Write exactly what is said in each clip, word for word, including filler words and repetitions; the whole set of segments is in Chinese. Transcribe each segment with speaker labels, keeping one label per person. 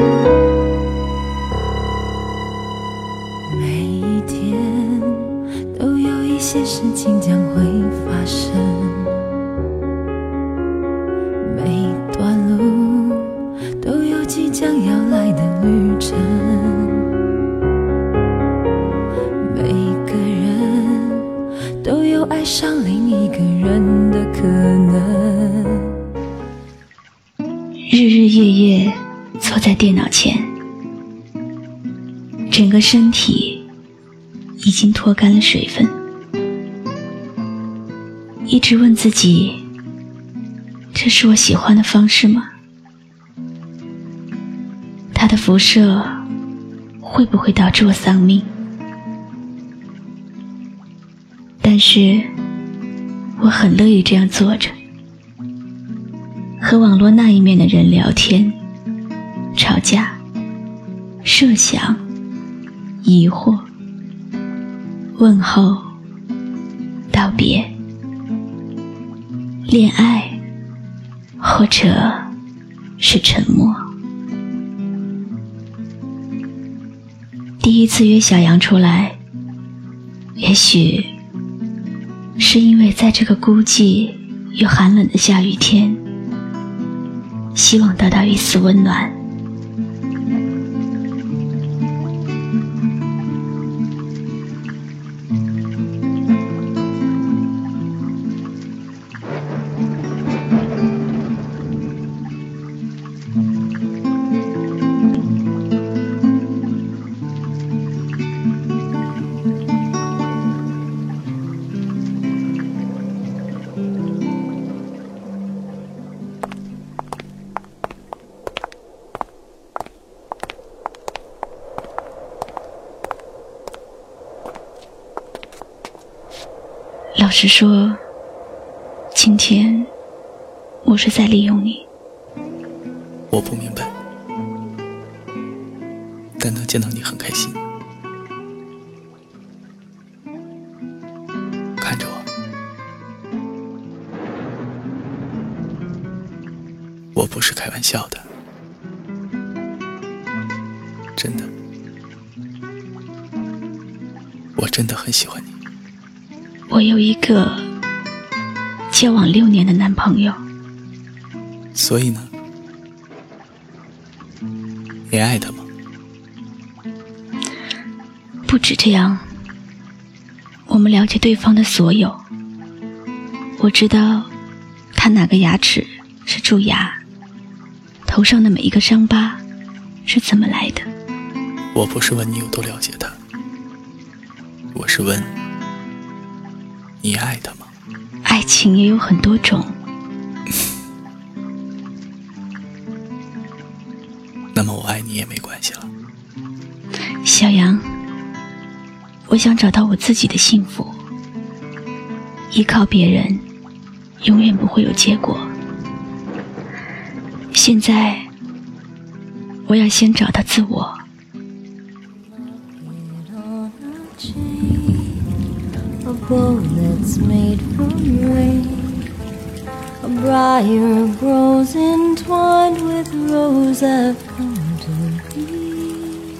Speaker 1: 每一天都有一些事情将会发生，每一段路都有即将要来的旅程，每个人都有爱上另一个人的可能。
Speaker 2: 日日夜夜坐在电脑前，整个身体已经脱干了水分，一直问自己，这是我喜欢的方式吗？它的辐射会不会导致我丧命？但是我很乐意这样做着，和网络那一面的人聊天、吵架、设想、疑惑、问候、道别、恋爱，或者是沉默。第一次约小杨出来，也许是因为在这个孤寂又寒冷的下雨天，希望得到一丝温暖。老实说，今天我是在利用你。
Speaker 3: 我不明白，但能见到你很开心。看着我，我不是开玩笑的，真的，我真的很喜欢你。
Speaker 2: 我有一个交往六年的男朋友。
Speaker 3: 所以呢？你爱他吗？
Speaker 2: 不止这样，我们了解对方的所有。我知道他哪个牙齿是蛀牙，头上的每一个伤疤是怎么来的。
Speaker 3: 我不是问你有多了解他，我是问你爱他吗？
Speaker 2: 爱情也有很多种。
Speaker 3: 那么我爱你也没关系了。
Speaker 2: 小杨，我想找到我自己的幸福，依靠别人永远不会有结果。现在我要先找到自我。
Speaker 1: A bow that's made from rain, a briar grows entwined with rose I've come to be.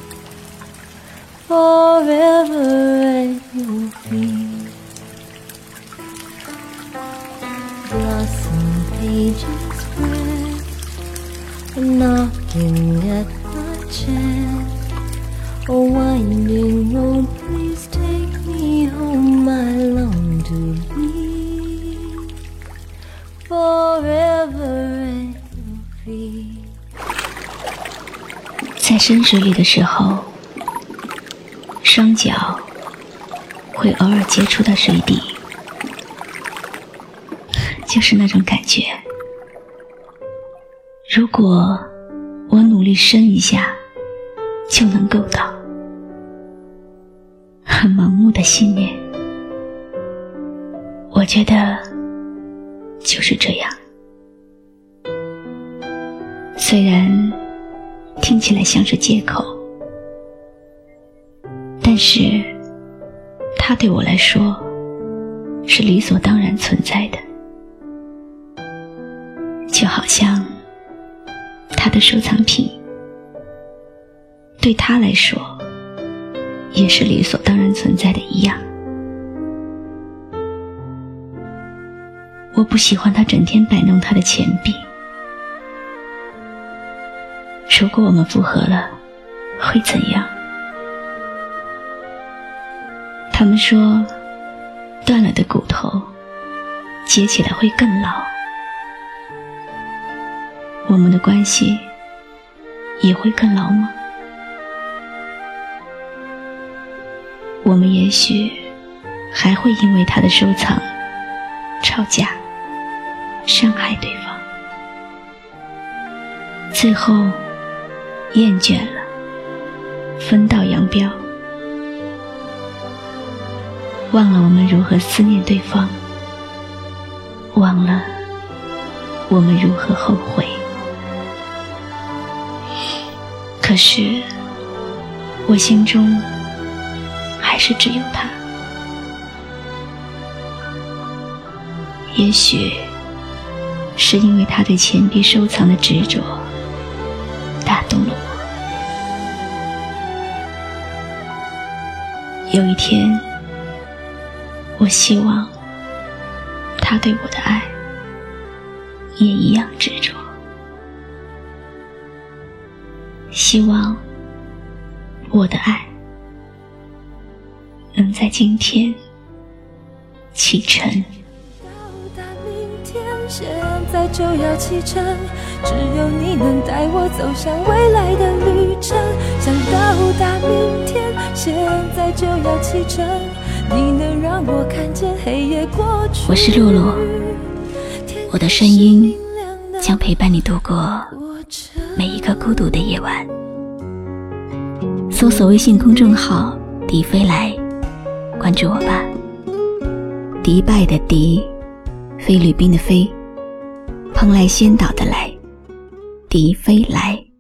Speaker 1: Forever at your feet, blossom pages spread, knocking at my chest. Oh, winding road, please take me home, I long to be forever at your feet.
Speaker 2: 在深水里的时候，双脚会偶尔接触到水底，就是那种感觉。如果我努力深一下，就能够到。很盲目的信念，我觉得就是这样。虽然听起来像是借口，但是它对我来说是理所当然存在的。就好像他的收藏品对他来说也是理所当然存在的一样。我不喜欢他整天摆弄他的钱币。如果我们复合了，会怎样？他们说，断了的骨头接起来会更牢。我们的关系也会更牢吗？我们也许还会因为他的收藏吵架，伤害对方，最后厌倦了，分道扬镳，忘了我们如何思念对方，忘了我们如何后悔。可是我心中还是只有他。也许是因为他对钱币收藏的执着打动了我。有一天，我希望他对我的爱也一样执着，希望我的爱能在今天启程。
Speaker 1: 到达明天，现在就要启程，只有你能带我走向未来的旅程。想到达明天，现在就要启程，你能让我看见黑夜过去。
Speaker 2: 我是露露，我的声音将陪伴你度过每一个孤独的夜晚。搜索微信公众号迪飞来，关注我吧。迪拜的迪，菲律宾的菲，蓬莱仙岛的来，迪飞来。